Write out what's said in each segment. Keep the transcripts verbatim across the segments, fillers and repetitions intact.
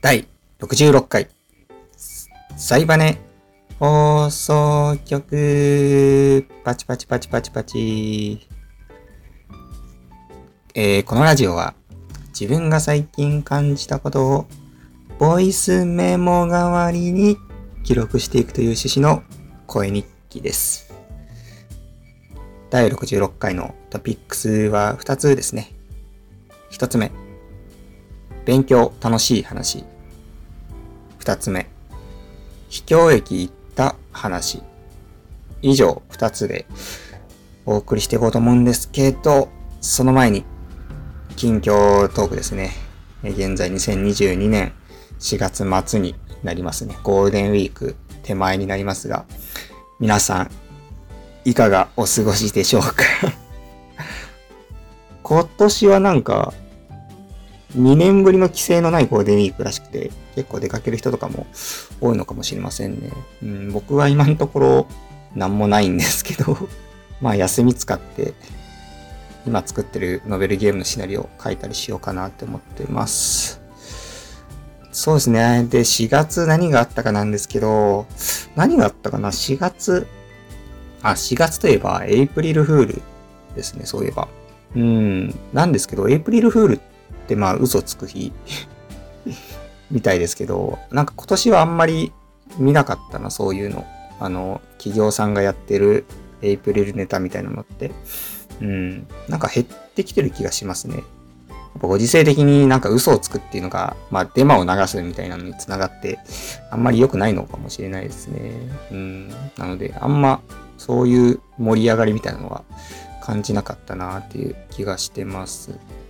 だいろくじゅうろっかいサイバネ放送局パチパチパチパチパチ、えー、このラジオは自分が最近感じたことをボイスメモ代わりに記録していくという趣旨の声日記です。だいろくじゅうろっかいのトピックスはふたつですね。ひとつめ、勉強楽しい話。ふたつめ、秘境駅行った話。以上ふたつでお送りしていこうと思うんですけど、その前に近況トークですね。現在にせんにじゅうにねんしがつまつになりますね。ゴールデンウィーク手前になりますが、皆さんいかがお過ごしでしょうか。今年はなんかにねんぶりの規制のないゴールデンウィークらしくて、結構出かける人とかも多いのかもしれませんね。うん、僕は今のところなんもないんですけど、まあ休み使って今作ってるノベルゲームのシナリオを書いたりしようかなって思ってます。そうですね。で、しがつ何があったかなんですけど、何があったかな ?しがつ、あ、しがつといえばエイプリルフールですね、そういえば。うん、なんですけど、エイプリルフールってまあ嘘つく日みたいですけど、なんか今年はあんまり見なかったな、そういうの。あの、企業さんがやってるエイプリルネタみたいなのって。うん、なんか減ってきてる気がしますね。やっぱご時世的になんか嘘をつくっていうのが、まあデマを流すみたいなのにつながって、あんまり良くないのかもしれないですね。うん、なので、あんまそういう盛り上がりみたいなのは感じなかったなっていう気がしてます。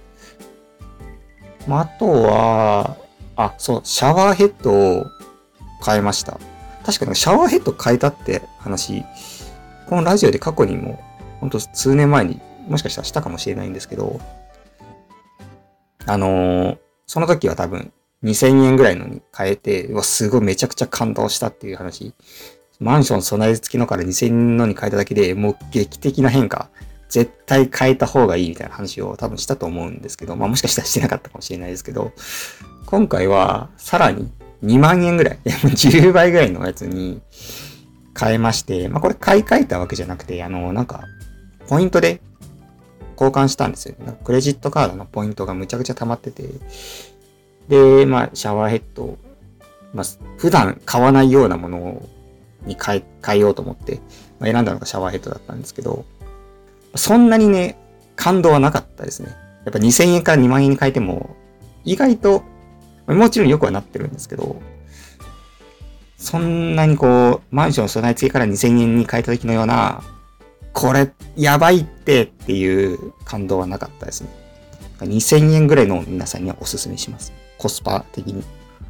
まあ、あとは、あ、そう、シャワーヘッドを変えました。確かにシャワーヘッド変えたって話、このラジオで過去にも、ほんと数年前にもしかしたらしたかもしれないんですけど、あのー、その時は多分にせんえんぐらいのに変えて、うわ、すごいめちゃくちゃ感動したっていう話。マンション備え付きのからにせんえんのに変えただけでもう劇的な変化。絶対変えた方がいいみたいな話を多分したと思うんですけど、まあもしかしたらしてなかったかもしれないですけど、今回はさらににまんえんぐらい、じゅうばいぐらいのやつに変えまして、まあこれ買い替えたわけじゃなくて、あの、なんか、ポイントで交換したんですよ。クレジットカードのポイントがむちゃくちゃ溜まってて、で、まあシャワーヘッド、まあ普段買わないようなものに変え、変えようと思って、まあ、選んだのがシャワーヘッドだったんですけど、そんなにね、感動はなかったですね。やっぱにせんえんからにまんえんに変えても、意外と、もちろん良くはなってるんですけど、そんなにこう、マンション備え付けからにせんえんに変えた時のような、これ、やばいってっていう感動はなかったですね。にせんえんぐらいの皆さんにはおすすめします。コスパ的に。い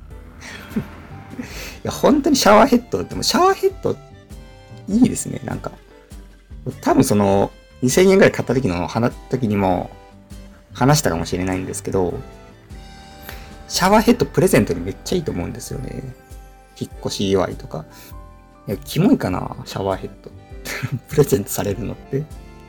や、本当にシャワーヘッド、でもシャワーヘッド、いいですね、なんか。多分その、にせんえんぐらい買った時の話時にも話したかもしれないんですけど、シャワーヘッドプレゼントにめっちゃいいと思うんですよね。引っ越し祝いとか。いや、キモいかな、シャワーヘッド。プレゼントされるのって。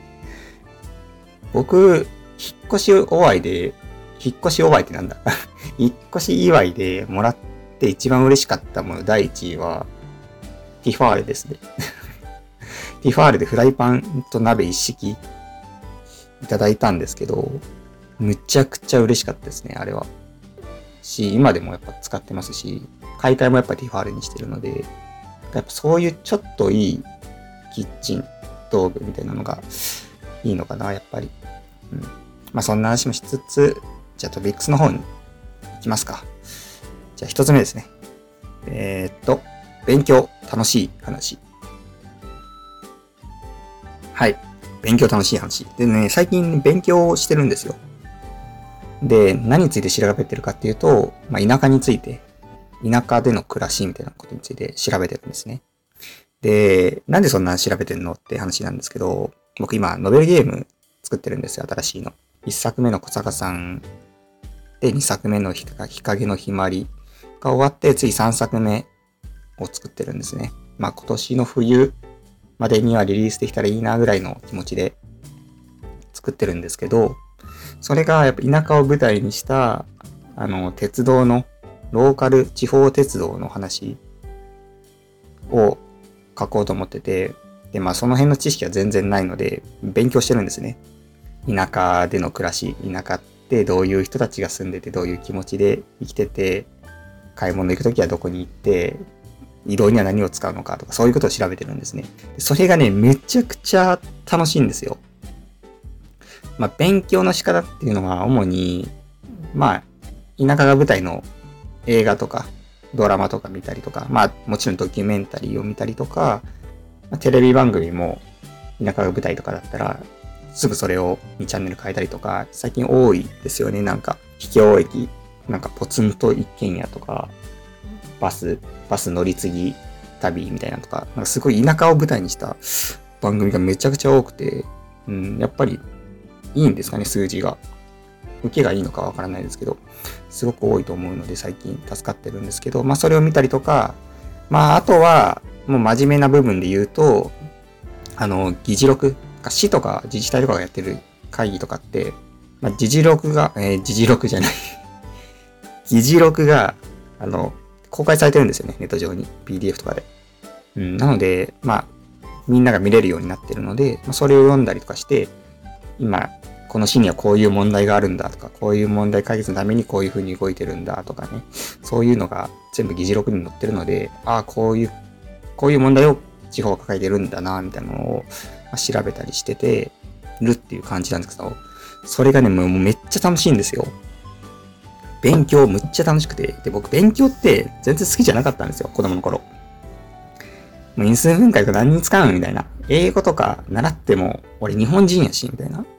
僕、引っ越し祝いで、引っ越し祝いってなんだ引っ越し祝いでもらって一番嬉しかったもの第一位は、ティファーレですね。ティファーレでフライパンと鍋一式いただいたんですけど、むちゃくちゃ嬉しかったですね、あれは。し、今でもやっぱ使ってますし、買い替えもやっぱティファーレにしてるので、やっぱそういうちょっといいキッチン道具みたいなのがいいのかな、やっぱり。うん、まあそんな話もしつつ、じゃあトピックスの方に行きますか。じゃあ一つ目ですね。えー、っと、勉強楽しい話。はい。勉強楽しい話。でね、最近勉強してるんですよ。で、何について調べてるかっていうと、まあ、田舎について、田舎での暮らしみたいなことについて調べてるんですね。で、なんでそんな調べてんのって話なんですけど、僕今、ノベルゲーム作ってるんですよ、新しいの。いっさくめの小坂さんで、にさくめの日陰のひまりが終わって、次さんさくめを作ってるんですね。まあ、今年の冬、までにはリリースできたらいいなぐらいの気持ちで作ってるんですけど、それがやっぱ田舎を舞台にしたあの鉄道のローカル地方鉄道の話を書こうと思ってて、で、まあその辺の知識は全然ないので、勉強してるんですね。田舎での暮らし、田舎ってどういう人たちが住んでて、どういう気持ちで生きてて、買い物行くときはどこに行って、移動には何を使うのかとか、そういうことを調べてるんですね。それがね、めちゃくちゃ楽しいんですよ。まあ、勉強の仕方っていうのは、主に、まあ、田舎が舞台の映画とか、ドラマとか見たりとか、まあ、もちろんドキュメンタリーを見たりとか、まあ、テレビ番組も田舎が舞台とかだったら、すぐそれをにチャンネル変えたりとか、最近多いですよね。なんか、秘境駅、なんかポツンと一軒家とか、バス、バス乗り継ぎ旅みたいなとか、なんかすごい田舎を舞台にした番組がめちゃくちゃ多くて、うん、やっぱりいいんですかね、数字が。受けがいいのかわからないですけど、すごく多いと思うので最近助かってるんですけど、まあそれを見たりとか、まああとは、もう真面目な部分で言うと、あの、議事録、市とか自治体とかがやってる会議とかって、まあ議事録が、えー、議事録じゃない。議事録が、あの、公開されてるんですよね、ネット上に。ピーディーエフ とかで。うん、なので、まあ、みんなが見れるようになってるので、まあ、それを読んだりとかして、今、この市にはこういう問題があるんだとか、こういう問題解決のためにこういう風に動いてるんだとかね、そういうのが全部議事録に載ってるので、ああ、こういう、こういう問題を地方が抱えてるんだな、みたいなのを調べたりしててるっていう感じなんですけど、それがね、もうめっちゃ楽しいんですよ。勉強むっちゃ楽しくて、で、僕勉強って全然好きじゃなかったんですよ、子供の頃。もう因数分解とか何に使うみたいな。英語とか習っても、俺日本人やし、みたいな。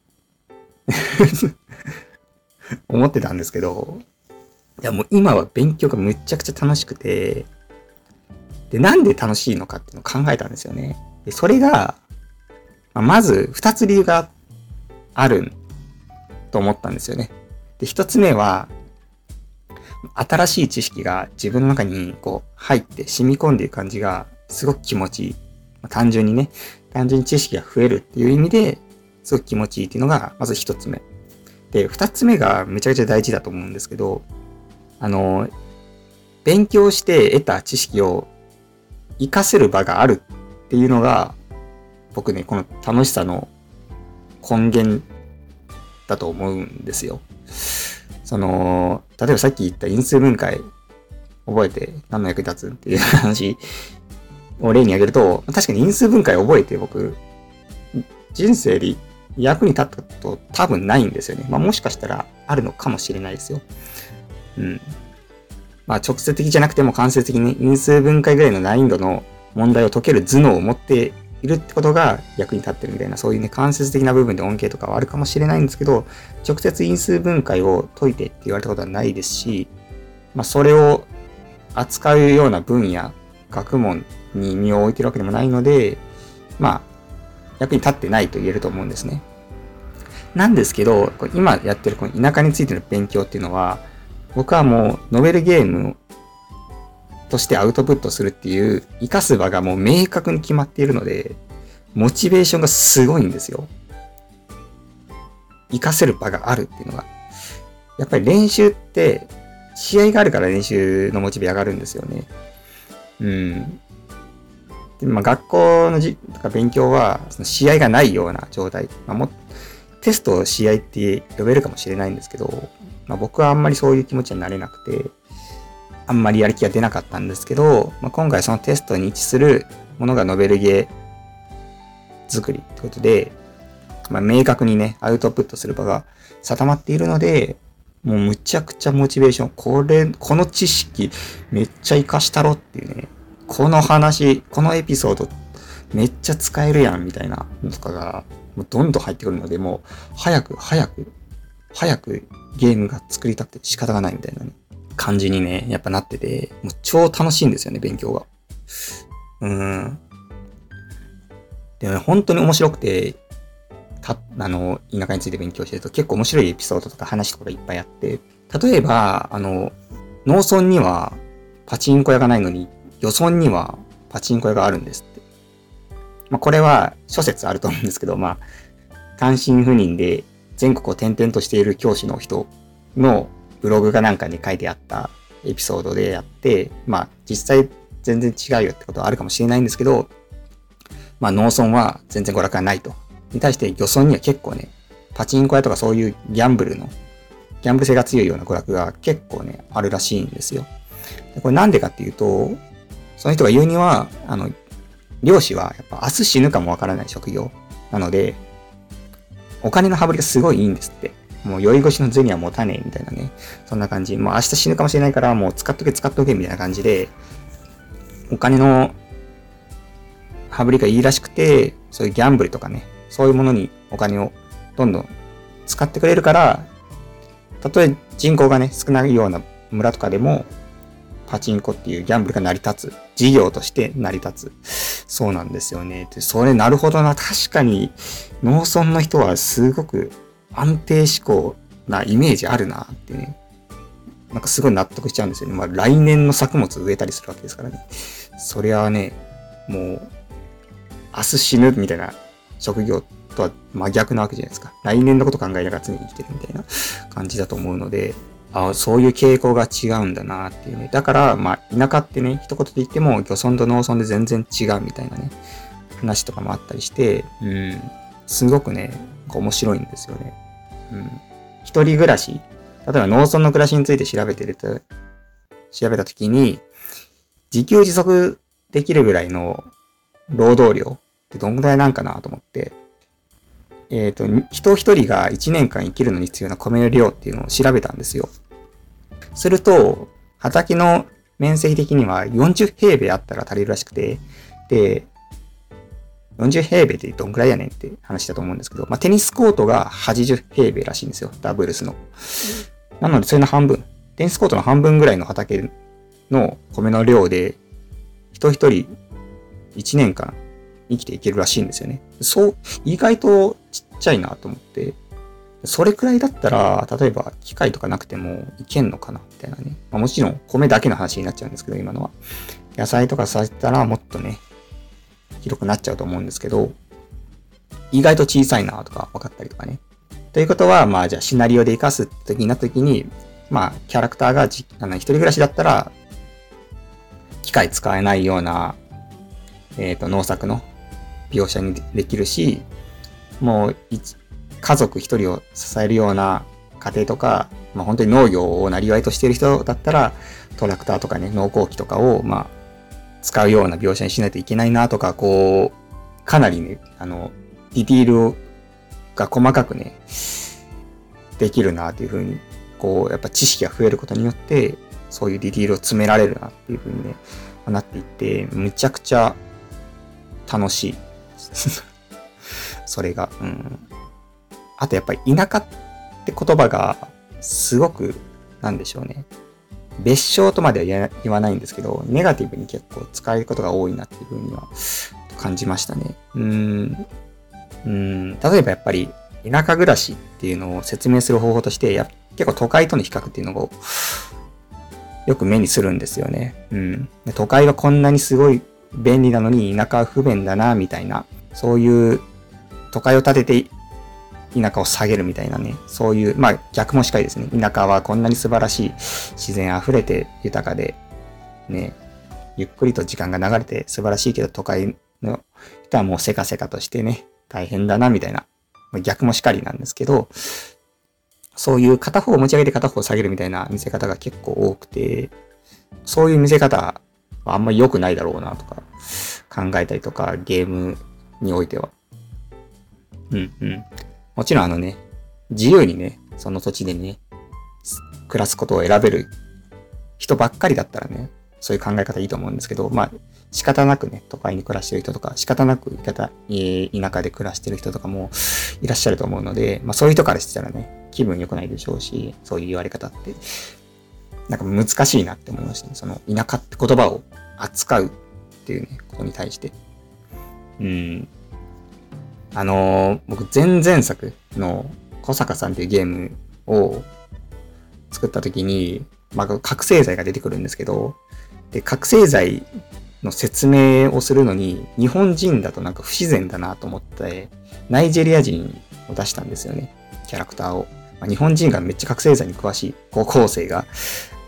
思ってたんですけど、いやもう今は勉強がむっちゃくちゃ楽しくて、で、なんで楽しいのかっていうのを考えたんですよね。で、それが、まあ、まず二つ理由があると思ったんですよね。で、一つ目は、新しい知識が自分の中にこう入って染み込んでいる感じがすごく気持ちいい。まあ、単純にね、単純に知識が増えるっていう意味ですごく気持ちいいっていうのがまず一つ目。で、二つ目がめちゃくちゃ大事だと思うんですけど、あの、勉強して得た知識を活かせる場があるっていうのが僕ね、この楽しさの根源だと思うんですよ。その、例えばさっき言った因数分解覚えて何の役に立つっていう話を例に挙げると、確かに因数分解覚えて僕、人生で役に立ったこと多分ないんですよね。まあもしかしたらあるのかもしれないですよ。うん。まあ直接的じゃなくても間接的に因数分解ぐらいの難易度の問題を解ける頭脳を持っているってことが役に立ってるみたいな、そういうね、間接的な部分で恩恵とかはあるかもしれないんですけど、直接因数分解を解いてって言われたことはないですし、まあそれを扱うような分野、学問に身を置いてるわけでもないので、まあ役に立ってないと言えると思うんですね。なんですけど、今やってるこの田舎についての勉強っていうのは、僕はもうノベルゲームとしてアウトプットするっていう活かす場がもう明確に決まっているので、モチベーションがすごいんですよ。活かせる場があるっていうのが。やっぱり練習って試合があるから練習のモチベ上がるんですよね。うん。でまあ、学校のじとか勉強はその試合がないような状態。まあ、もテストを試合って呼べるかもしれないんですけど、まあ、僕はあんまりそういう気持ちになれなくて、あんまりやる気が出なかったんですけど、まあ、今回そのテストに位置するものがノベルゲー作りってことで、まあ、明確にね、アウトプットする場が定まっているので、もうむちゃくちゃモチベーション、これ、この知識めっちゃ活かしたろっていうね、この話、このエピソードめっちゃ使えるやんみたいなのとかが、もうどんどん入ってくるので、もう早く早く早くゲームが作りたくて仕方がないみたいな、ね、感じにね、やっぱなってて、もう超楽しいんですよね、勉強が。うーん。で、ね、本当に面白くて、た、あの、田舎について勉強してると結構面白いエピソードとか話とかがいっぱいあって、例えば、あの、農村にはパチンコ屋がないのに、漁村にはパチンコ屋があるんですって。まあ、これは諸説あると思うんですけど、まあ、単身赴任で全国を転々としている教師の人のブログがなんかに書いてあったエピソードでやって、まあ実際全然違うよってことはあるかもしれないんですけど、まあ農村は全然娯楽がないと。に対して漁村には結構ね、パチンコ屋とかそういうギャンブルの、ギャンブル性が強いような娯楽が結構ね、あるらしいんですよ。でこれなんでかっていうと、その人が言うには、あの、漁師はやっぱ明日死ぬかもわからない職業なので、お金の羽振りがすごいいいんですって。もう酔い越しの銭は持たねえみたいなね。そんな感じ。もう明日死ぬかもしれないからもう使っとけ使っとけみたいな感じで、お金の羽振りがいいらしくて、そういうギャンブルとかね、そういうものにお金をどんどん使ってくれるから、たとえ人口がね、少ないような村とかでも、パチンコっていうギャンブルが成り立つ。事業として成り立つ。そうなんですよね。でそれなるほどな。確かに農村の人はすごく安定志向なイメージあるなってね。なんかすごい納得しちゃうんですよね。まあ来年の作物植えたりするわけですからね。それはね、もう明日死ぬみたいな職業とは真逆なわけじゃないですか。来年のこと考えながら常に生きてるみたいな感じだと思うので、あそういう傾向が違うんだなっていうね。だから、まあ、田舎ってね、一言で言っても、漁村と農村で全然違うみたいなね、話とかもあったりして、うん、すごくね、面白いんですよね。うん。一人暮らし、例えば農村の暮らしについて調べてると、調べたときに、自給自足できるぐらいの労働量ってどんぐらいなんかなと思って、えっと、人一人がいちねんかん生きるのに必要な米の量っていうのを調べたんですよ。すると、畑の面積的にはよんじゅうへいべいあったら足りるらしくて、で、よんじゅうへいべいってどんぐらいやねんって話だと思うんですけど、まあ、テニスコートがはちじゅうへいべいらしいんですよ。ダブルスの。なので、それの半分。テニスコートの半分ぐらいの畑の米の量で、人一人いちねんかん生きていけるらしいんですよね。そう、意外とちっちゃいなと思って、それくらいだったら、例えば機械とかなくてもいけんのかなみたいなね。まあ、もちろん米だけの話になっちゃうんですけど、今のは。野菜とかさせたらもっとね、広くなっちゃうと思うんですけど、意外と小さいなとか分かったりとかね。ということは、まあじゃあシナリオで活かすって時になった時に、まあキャラクターがじあの一人暮らしだったら、機械使えないような、えっと、農作の描写にできるし、もう家族一人を支えるような家庭とか、まあ本当に農業をなりわいとしている人だったら、トラクターとかね、農耕機とかを、まあ、使うような描写にしないといけないなとか、こう、かなりね、あの、ディティールが細かくね、できるなっていう風に、こう、やっぱ知識が増えることによって、そういうディティールを詰められるなっていう風にね、なっていって、むちゃくちゃ楽しい。それが、うん。あとやっぱり田舎って言葉がすごくなんでしょうね。別称とまでは言わないんですけど、ネガティブに結構使えることが多いなっていうふうには感じましたね。うーん。うーん。例えばやっぱり田舎暮らしっていうのを説明する方法として、や結構都会との比較っていうのをよく目にするんですよね。うん。都会はこんなにすごい便利なのに田舎は不便だな、みたいな。そういう都会を建てて田舎を下げるみたいなね。そういう、まあ逆もしかりですね。田舎はこんなに素晴らしい自然あふれて豊かで、ね、ゆっくりと時間が流れて素晴らしいけど都会の人はもうせかせかとしてね、大変だな、みたいな。まあ、逆もしかりなんですけど、そういう片方を持ち上げて片方を下げるみたいな見せ方が結構多くて、そういう見せ方はあんまり良くないだろうなとか考えたりとか、ゲームにおいては。うんうん。もちろんあのね、自由にね、その土地でね、暮らすことを選べる人ばっかりだったらね、そういう考え方いいと思うんですけど、まあ仕方なくね、都会に暮らしてる人とか、仕方なく田舎で暮らしてる人とかもいらっしゃると思うので、まあそういう人からしたらね、気分良くないでしょうし、そういう言われ方って、なんか難しいなって思いましたね。その田舎って言葉を扱うっていうね、ことに対して。うん。あのー、僕前々作の小坂さんっていうゲームを作った時に、まあ、覚醒剤が出てくるんですけど、で、覚醒剤の説明をするのに、日本人だとなんか不自然だなと思って、ナイジェリア人を出したんですよね。キャラクターを。まあ、日本人がめっちゃ覚醒剤に詳しい高校生が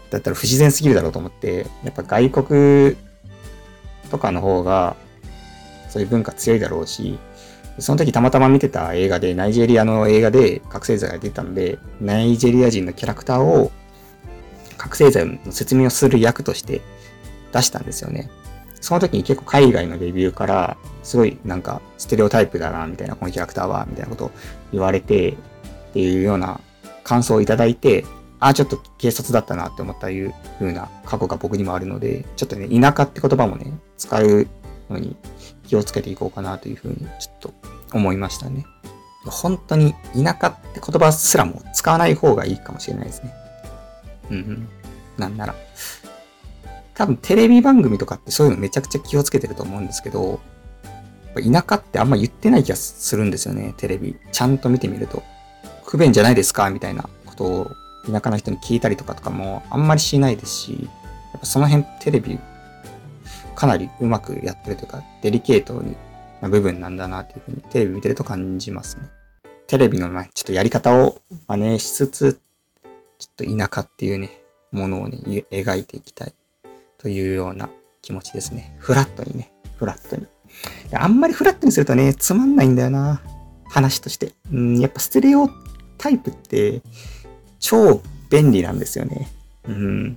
だったら不自然すぎるだろうと思って、やっぱ外国とかの方がそういう文化強いだろうし、その時たまたま見てた映画で、ナイジェリアの映画で覚醒剤が出たんで、ナイジェリア人のキャラクターを覚醒剤の説明をする役として出したんですよね。その時に結構海外のレビューから、すごいなんかステレオタイプだな、みたいな、このキャラクターは、みたいなことを言われて、っていうような感想をいただいて、ああ、ちょっと軽率だったなって思ったいう風な過去が僕にもあるので、ちょっとね、田舎って言葉もね、使うのに気をつけていこうかなという風にちょっと思いましたね。本当に田舎って言葉すらも使わない方がいいかもしれないですね。うんうん。なんなら。多分テレビ番組とかってそういうのめちゃくちゃ気をつけてると思うんですけど、田舎ってあんま言ってない気がするんですよね、テレビ。ちゃんと見てみると。不便じゃないですかみたいなことを田舎の人に聞いたりとかとかもあんまりしないですし、やっぱその辺テレビかなりうまくやってるというか、デリケートな部分なんだなっていうふうにテレビ見てると感じますね。テレビのね、ちょっとやり方を真似しつつ、ちょっと田舎っていうね、ものをね、描いていきたいというような気持ちですね。フラットにね、フラットに。あんまりフラットにするとね、つまんないんだよな。話として。うん、やっぱステレオタイプって超便利なんですよね。うん。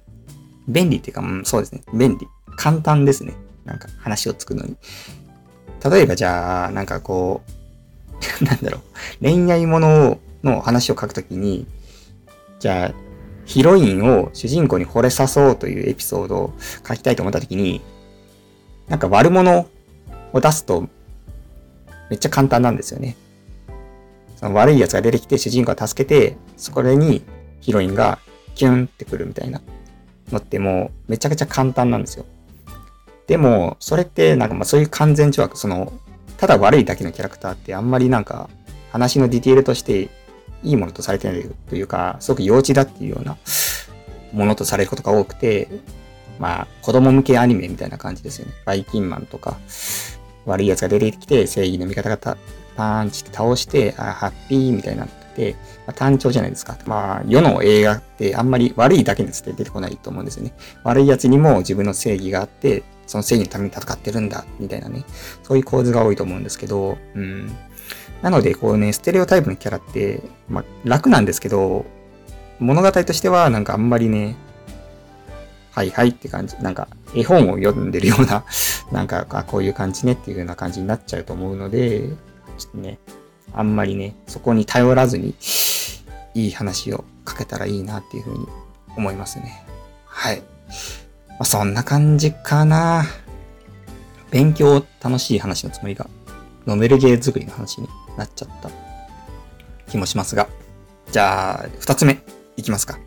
便利っていうか、うん、そうですね。便利。簡単ですね。なんか話を作るのに。例えばじゃあ、なんかこう、なんだろう。恋愛ものの話を書くときに、じゃあ、ヒロインを主人公に惚れさそうというエピソードを書きたいと思ったときに、なんか悪者を出すとめっちゃ簡単なんですよね。その悪い奴が出てきて主人公が助けて、そこにヒロインがキュンってくるみたいなのってもうめちゃくちゃ簡単なんですよ。でも、それってなんかまあそういう完全懲悪、その、ただ悪いだけのキャラクターってあんまりなんか話のディテールとしていいものとされてないというか、すごく幼稚だっていうようなものとされることが多くて、まあ子供向けアニメみたいな感じですよね。バイキンマンとか、悪い奴が出てきて正義の味方がパーンチって倒して、あ、ハッピーみたいになって、まあ、単調じゃないですか。まあ世の映画ってあんまり悪いだけのやつって出てこないと思うんですよね。悪い奴にも自分の正義があって、その正義のために戦ってるんだ、みたいなね。そういう構図が多いと思うんですけど、うん。なので、こうね、ステレオタイプのキャラって、まあ、楽なんですけど、物語としてはなんかあんまりね、はいはいって感じ。なんか、絵本を読んでるような、なんか、あ、こういう感じねっていう風な感じになっちゃうと思うので、ちょっとね、あんまりね、そこに頼らずに、いい話を書けたらいいなっていう風に思いますね。はい。まあ、そんな感じかな。勉強楽しい話のつもりが、ノベルゲー作りの話になっちゃった気もしますが。じゃあ、二つ目、いきますか。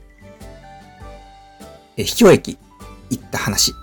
え、秘境駅行った話。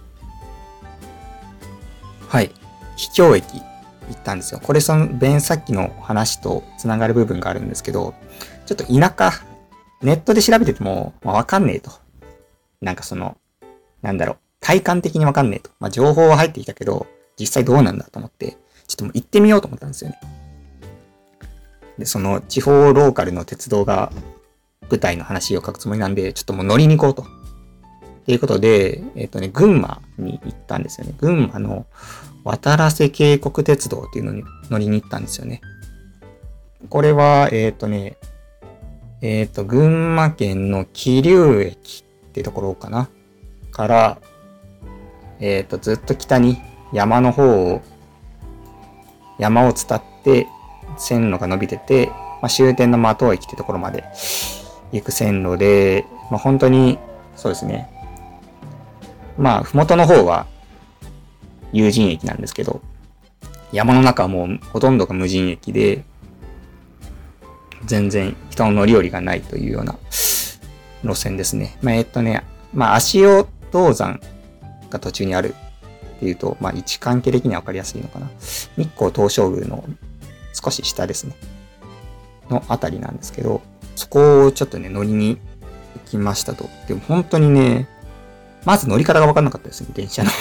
はい。秘境駅行ったんですよ。これその、弁さっきの話とつながる部分があるんですけど、ちょっと田舎、ネットで調べてても、まあ、わかんねえと。なんかその、なんだろう、体感的にわかんねえと。まあ、情報は入ってきたけど、実際どうなんだと思って、ちょっともう行ってみようと思ったんですよね。で、その地方ローカルの鉄道が舞台の話を書くつもりなんで、ちょっともう乗りに行こうと。っていうことで、えっとね、群馬に行ったんですよね。群馬の渡良瀬渓谷鉄道っていうのに乗りに行ったんですよね。これは、えっとね、えっと、群馬県の桐生駅ってところかな。から、えっと、ずっと北に山の方を、山を伝って線路が伸びてて、まあ、終点の的駅ってところまで行く線路で、まあ、本当に、そうですね。まあ、ふもとの方は有人駅なんですけど、山の中はもうほとんどが無人駅で、全然人の乗り降りがないというような路線ですね。まあ、えっとね、まあ、足尾銅山が途中にあるっていうと、まあ、位置関係的には分かりやすいのかな。日光東照宮の少し下ですね。のあたりなんですけど、そこをちょっとね、乗りに行きましたと。でも本当にね、まず乗り方が分かんなかったですね、電車の。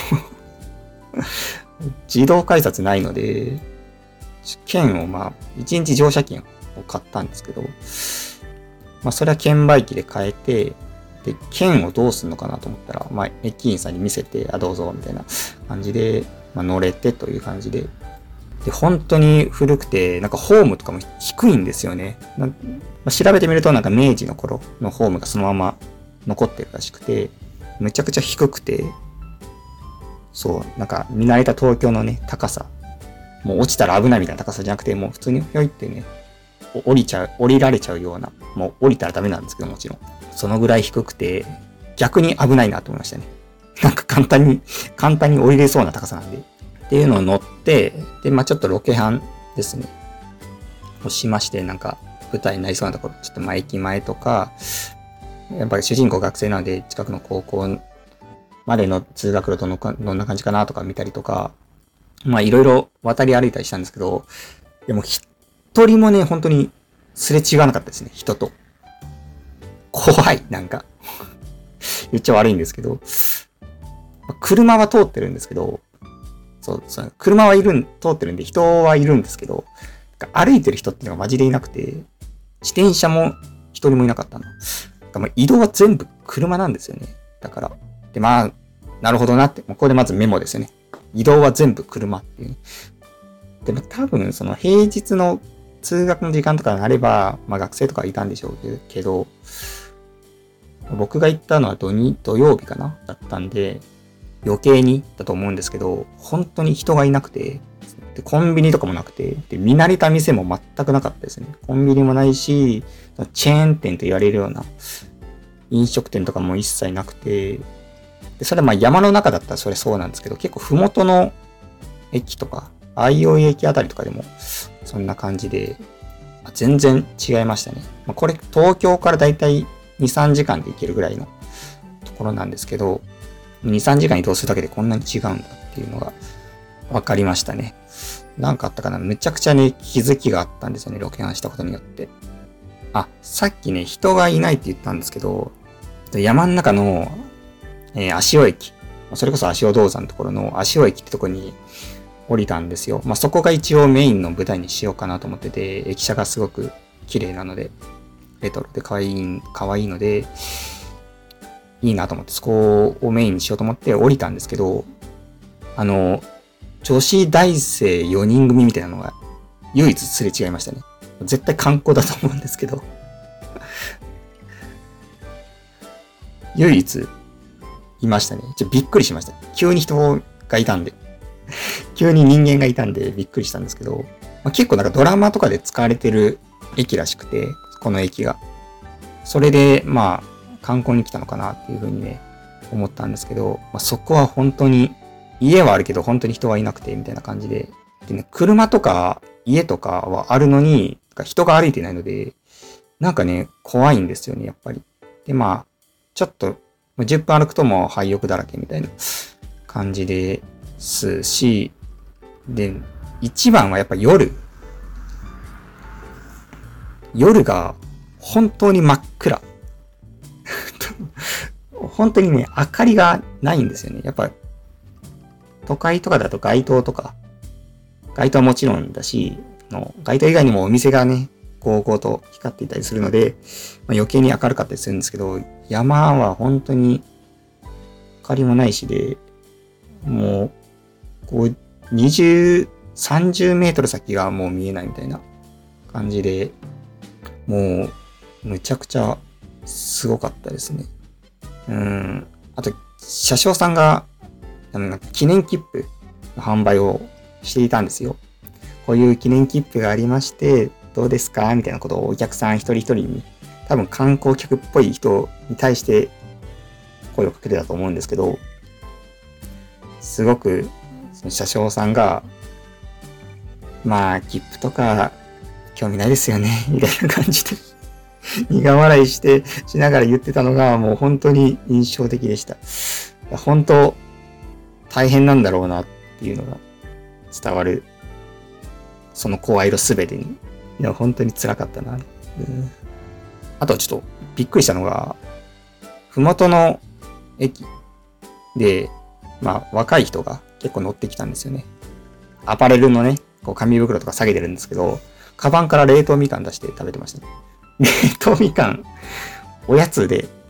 自動改札ないので、券をまあ、一日乗車券を買ったんですけど、まあ、それは券売機で買えて、 で、券をどうすんのかなと思ったら、まあ、駅員さんに見せて、あ、どうぞ、みたいな感じで、まあ、乗れてという感じで。で、本当に古くて、なんかホームとかも低いんですよね。まあ、調べてみると、なんか明治の頃のホームがそのまま残ってるらしくて、めちゃくちゃ低くて、そう、なんか見慣れた東京のね、高さ。もう落ちたら危ないみたいな高さじゃなくて、もう普通にひょいってね、降りちゃう、降りられちゃうような、もう降りたらダメなんですけどもちろん。そのぐらい低くて、逆に危ないなと思いましたね。なんか簡単に、簡単に降りれそうな高さなんで。っていうのを乗って、で、まあちょっとロケハンですね。をしまして、なんか舞台になりそうなところ、ちょっとまあ駅前とか、やっぱり主人公学生なので、近くの高校までの通学路どのか、どんな感じかなとか見たりとか、まあいろいろ渡り歩いたりしたんですけど、でも一人もね、本当にすれ違わなかったですね、人と。怖い、なんか。言っちゃ悪いんですけど、車は通ってるんですけど、そう、そう車はいるん、通ってるんで人はいるんですけど、歩いてる人っていうのがマジでいなくて、自転車も一人もいなかったの。まあ移動は全部車なんですよね。だから。で、まあ、なるほどなって、ここでまずメモですよね。移動は全部車っていう。でも多分、その平日の通学の時間とかになれば、まあ学生とかいたんでしょうけど、僕が行ったのは土に土曜日かなだったんで、余計にだと思うんですけど、本当に人がいなくて、でコンビニとかもなくて、で見慣れた店も全くなかったですね。コンビニもないし、チェーン店と言われるような飲食店とかも一切なくて、でそれはまあ山の中だったらそれそうなんですけど、結構ふもとの駅とか、相生駅あたりとかでもそんな感じで、全然違いましたね。まあ、これ東京からだいたいに、さんじかんで行けるぐらいのところなんですけど、に、さんじかん移動するだけでこんなに違うんだっていうのが分かりましたね。なんかあったかな、めちゃくちゃね、気づきがあったんですよね、ロケハンしたことによって。あ、さっきね、人がいないって言ったんですけど、山の中の、えー、足尾駅、それこそ足尾銅山のところの足尾駅ってとこに降りたんですよ。まあ、そこが一応メインの舞台にしようかなと思ってて、駅舎がすごく綺麗なので、レトロで可愛い、可愛いので、いいなと思って、そこをメインにしようと思って降りたんですけど、あの、女子大生よにん組みたいなのが唯一すれ違いましたね。絶対観光だと思うんですけど。唯一いましたね。ちょっとびっくりしました。急に人がいたんで。急に人間がいたんでびっくりしたんですけど、まあ、結構なんかドラマとかで使われてる駅らしくて、この駅が。それで、まあ、観光に来たのかなっていうふうにね、思ったんですけど、まあ、そこは本当に、家はあるけど本当に人はいなくて、みたいな感じで。でね、車とか家とかはあるのに、人が歩いてないので、なんかね、怖いんですよね、やっぱり。で、まあ、ちょっと、じゅっぷん歩くともう廃屋だらけみたいな感じですし、で、一番はやっぱ夜。夜が本当に真っ暗。本当にね、明かりがないんですよね。やっぱ、都会とかだと街灯とか、街灯はもちろんだし、の街灯以外にもお店がね、こうこうと光っていたりするので、まあ、余計に明るかったりするんですけど、山は本当に明かりもないしで、もう、こう、にじゅう、さんじゅうメートル先がもう見えないみたいな感じで、もう、むちゃくちゃすごかったですね。うん。あと、車掌さんが、あの記念切符の販売をしていたんですよ。こういう記念切符がありまして、どうですかみたいなことをお客さん一人一人に、多分観光客っぽい人に対して声をかけてたと思うんですけど、すごく、その車掌さんが、まあ、切符とか興味ないですよね、みたいな感じで苦笑いして、しながら言ってたのがもう本当に印象的でした。本当、大変なんだろうなっていうのが伝わる。その声色すべてに。いや、本当に辛かったな。うん、あとちょっとびっくりしたのが、ふもとの駅で、まあ若い人が結構乗ってきたんですよね。アパレルのね、こう紙袋とか下げてるんですけど、カバンから冷凍みかん出して食べてましたね。冷凍みかん、おやつで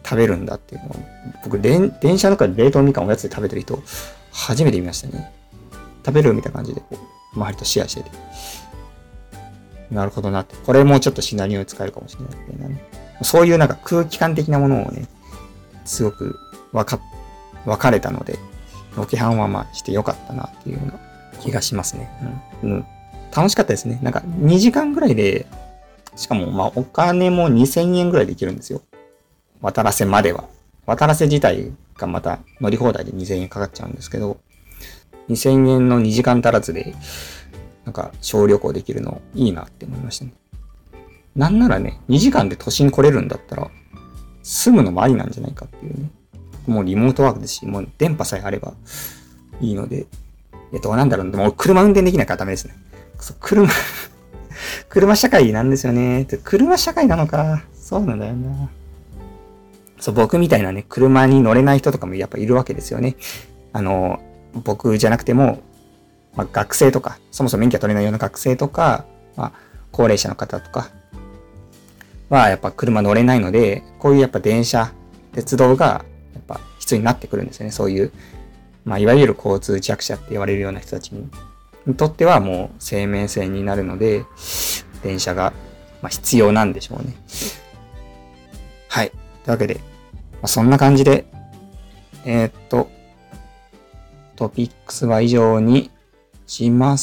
食べるんだっていうのを、僕、電車の中で冷凍みかんおやつで食べてる人、初めて見ましたね。食べるみたいな感じで、こう、周りとシェアしてて。なるほどなって。これもちょっとシナリオに使えるかもしれないっていうね。そういうなんか空気感的なものをね、すごく分か、分かれたので、ロケハンはまあしてよかったなっていうような気がしますね。うん。うん、楽しかったですね。なんかにじかんぐらいで、しかもまあお金もにせんえんぐらいで行けるんですよ。渡良瀬までは。渡良瀬自体がまた乗り放題でにせんえんかかっちゃうんですけど、にせんえんのにじかん足らずで、なんか小旅行できるのいいなって思いましたね。なんならね、にじかんで都心来れるんだったら、住むのもありなんじゃないかっていうね。もうリモートワークですし、もう電波さえあればいいので、えっと、なんだろう、もう車運転できないからダメですね。そう、車、車社会なんですよね。車社会なのか。そうなんだよな。そう、僕みたいなね、車に乗れない人とかもやっぱいるわけですよね。あの、僕じゃなくても、まあ、学生とか、そもそも免許が取れないような学生とか、まあ、高齢者の方とかはやっぱ車乗れないので、こういうやっぱ電車、鉄道がやっぱ必要になってくるんですよね。そういう、まあ、いわゆる交通弱者って言われるような人たちに、にとってはもう生命線になるので、電車が、まあ、必要なんでしょうね。はい。というわけで、まあ、そんな感じで、えー、っと、トピックスは以上にします。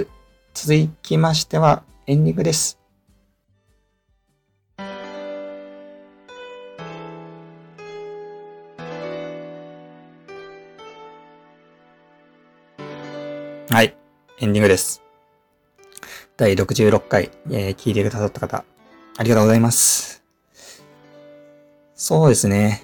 続きましてはエンディングです。はい、エンディングです。だいろくじゅうろっかい、えー、聞いてくださった方、ありがとうございます。そうですね。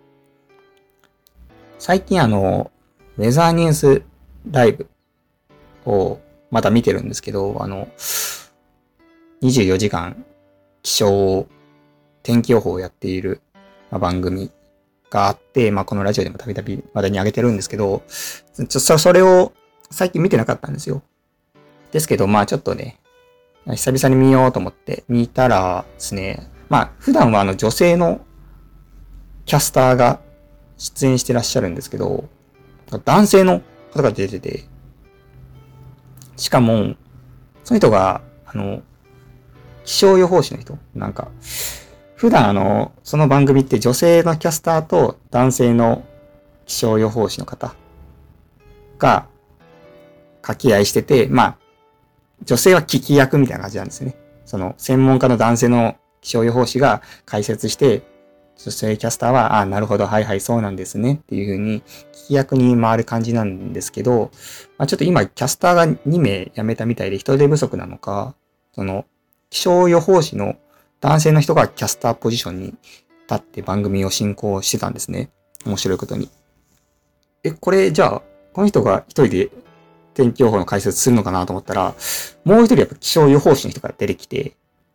最近あの、ウェザーニュースライブをまた見てるんですけど、あの、にじゅうよじかん気象、天気予報をやっている番組があって、まあ、このラジオでもたびたび話題に上げてるんですけど、ちょ、それを最近見てなかったんですよ。ですけど、まあちょっとね、久々に見ようと思って見たらですね、まあ普段はあの女性のキャスターが出演してらっしゃるんですけど、男性の方が出てて、しかも、その人が、あの、気象予報士の人。なんか、普段あの、その番組って女性のキャスターと男性の気象予報士の方が掛け合いしてて、まあ、女性は聞き役みたいな感じなんですよね。その、専門家の男性の気象予報士が解説して、女性キャスターは、ああ、なるほど、はいはい、そうなんですねっていう風に聞き役に回る感じなんですけど、まあ、ちょっと今キャスターがにめい辞めたみたいで人手不足なのか、その、気象予報士の男性の人がキャスターポジションに立って番組を進行してたんですね。面白いことに。え、これじゃあ、この人が一人で天気予報の解説するのかなと思ったら、もう一人やっぱ気象予報士の人が出てきて、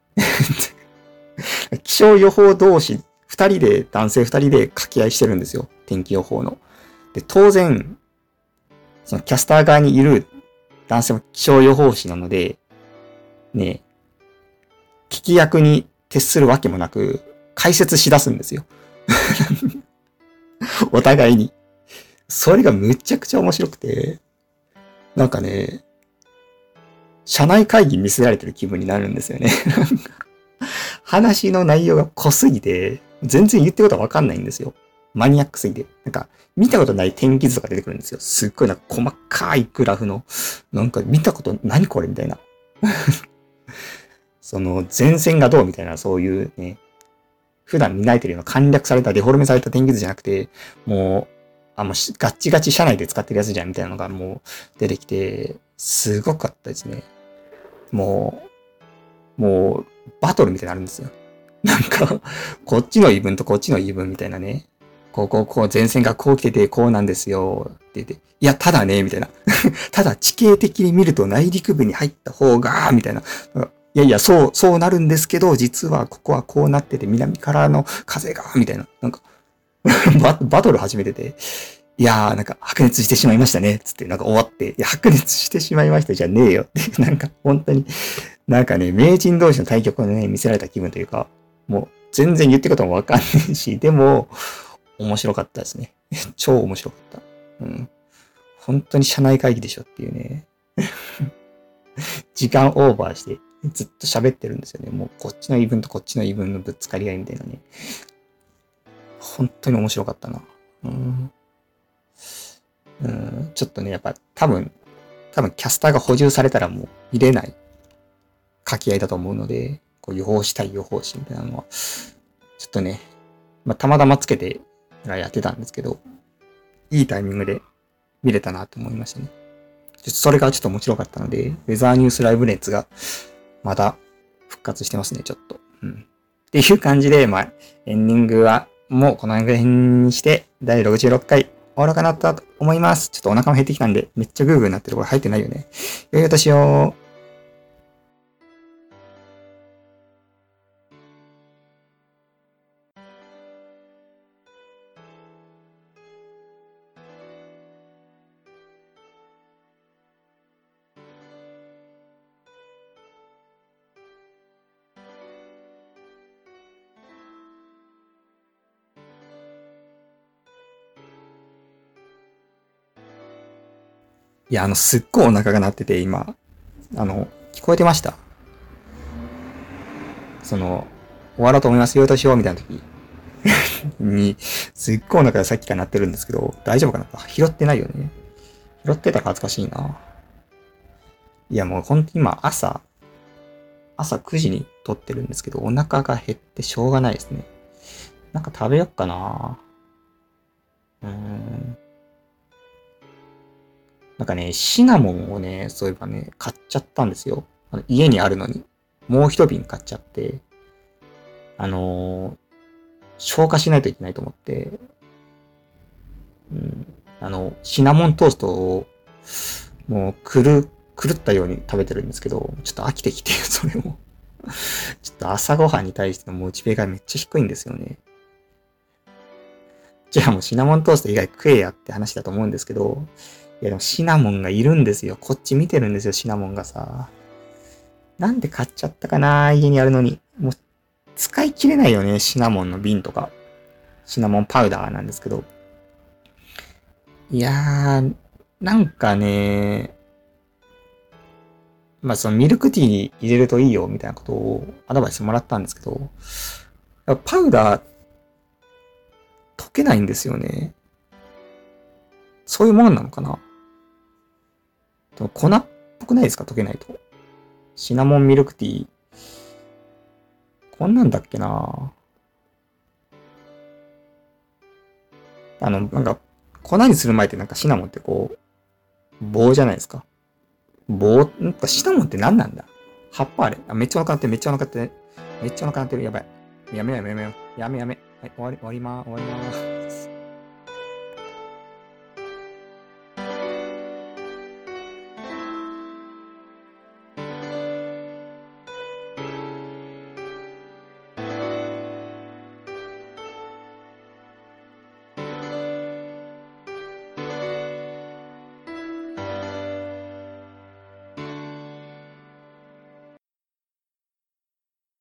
気象予報同士、二人で、男性二人で掛け合いしてるんですよ。天気予報の。で、当然、そのキャスター側にいる男性も気象予報士なので、ね、聞き役に徹するわけもなく、解説しだすんですよ。お互いに。それがむちゃくちゃ面白くて、なんかね、社内会議見せられてる気分になるんですよね。話の内容が濃すぎて、全然言ってることはわかんないんですよ。マニアックすぎて。なんか、見たことない天気図とか出てくるんですよ。すっごいなんか細かいグラフの、なんか見たこと、何これみたいな。その、前線がどうみたいな、そういうね、普段見慣れてるような簡略された、デフォルメされた天気図じゃなくて、もう、あ、もうガッチガチ社内で使ってるやつじゃんみたいなのがもう出てきて、すごかったですね。もう、もう、バトルみたいになるんですよ。なんか、こっちの言い分とこっちの言い分みたいなね。こう、こう、こう、前線がこう来ててこうなんですよ。って言って。いや、ただね、みたいな。ただ地形的に見ると内陸部に入った方が、みたいな。いやいや、そう、そうなるんですけど、実はここはこうなってて、南からの風が、みたいな。なんかバ、バトル始めてて。いやー、なんか、白熱してしまいましたね。つって、なんか終わって、いや、白熱してしまいましたじゃねえよって。なんか、本当に、なんかね、名人同士の対局をね、見せられた気分というか、 もう全然言ってることもわかんないし、でも、面白かったですね。超面白かった。うん。本当に社内会議でしょっていうね。時間オーバーしてずっと喋ってるんですよね。もうこっちの言い分とこっちの言い分のぶつかり合いみたいなね。本当に面白かったな。うん。うん、ちょっとね、やっぱ多分、多分キャスターが補充されたらもう見れない書き合いだと思うので、こう予報士対予報士みたいなのは、ちょっとね、まあ、たまたまつけてやってたんですけど、いいタイミングで見れたなと思いましたね。ちょっとそれがちょっと面白かったので、ウェザーニュースライブ熱がまた復活してますね、ちょっと。うん。っていう感じで、まあ、エンディングはもうこの辺にして、だいろくじゅうろっかい終わろうかなと思います。ちょっとお腹も減ってきたんで、めっちゃグーグーになってる。これ入ってないよね。よいお年を。いや、あの、すっごいお腹が鳴ってて、今。あの、聞こえてました？その、終わろうと思います。よいお年を、みたいな時に、すっごいお腹がさっきから鳴ってるんですけど、大丈夫かな？拾ってないよね。拾ってたら恥ずかしいな。いや、もうほんと今朝、朝くじに撮ってるんですけど、お腹が減ってしょうがないですね。なんか食べよっかな。うーん。なんかね、シナモンをね、そういえばね、買っちゃったんですよ。あの家にあるのに。もう一瓶買っちゃって、あのー消化しないといけないと思って、うん、あの、シナモントーストを、もう、くる、狂ったように食べてるんですけど、ちょっと飽きてきて、それも。ちょっと朝ごはんに対してのモチベがめっちゃ低いんですよね。じゃあもうシナモントースト以外食えやって話だと思うんですけど、いやでもシナモンがいるんですよ。こっち見てるんですよ、シナモンがさ。なんで買っちゃったかな、家にあるのに。もう、使い切れないよね、シナモンの瓶とか。シナモンパウダーなんですけど。いやー、なんかね、まあそのミルクティーに入れるといいよみたいなことをアドバイスもらったんですけど、パウダー溶けないんですよね。そういうもんなのかな？でも粉っぽくないですか？溶けないと。シナモンミルクティー。こんなんだっけな？あの、なんか、粉にする前ってなんかシナモンってこう、棒じゃないですか。棒、なんかシナモンって何なんだ？葉っぱあれ？あ、めっちゃお腹鳴ってる、めっちゃお腹鳴ってる。めっちゃお腹鳴ってる。やばい。やめようやめようやめよう。やめやめ。はい、終わり、終わりまー、終わりまー。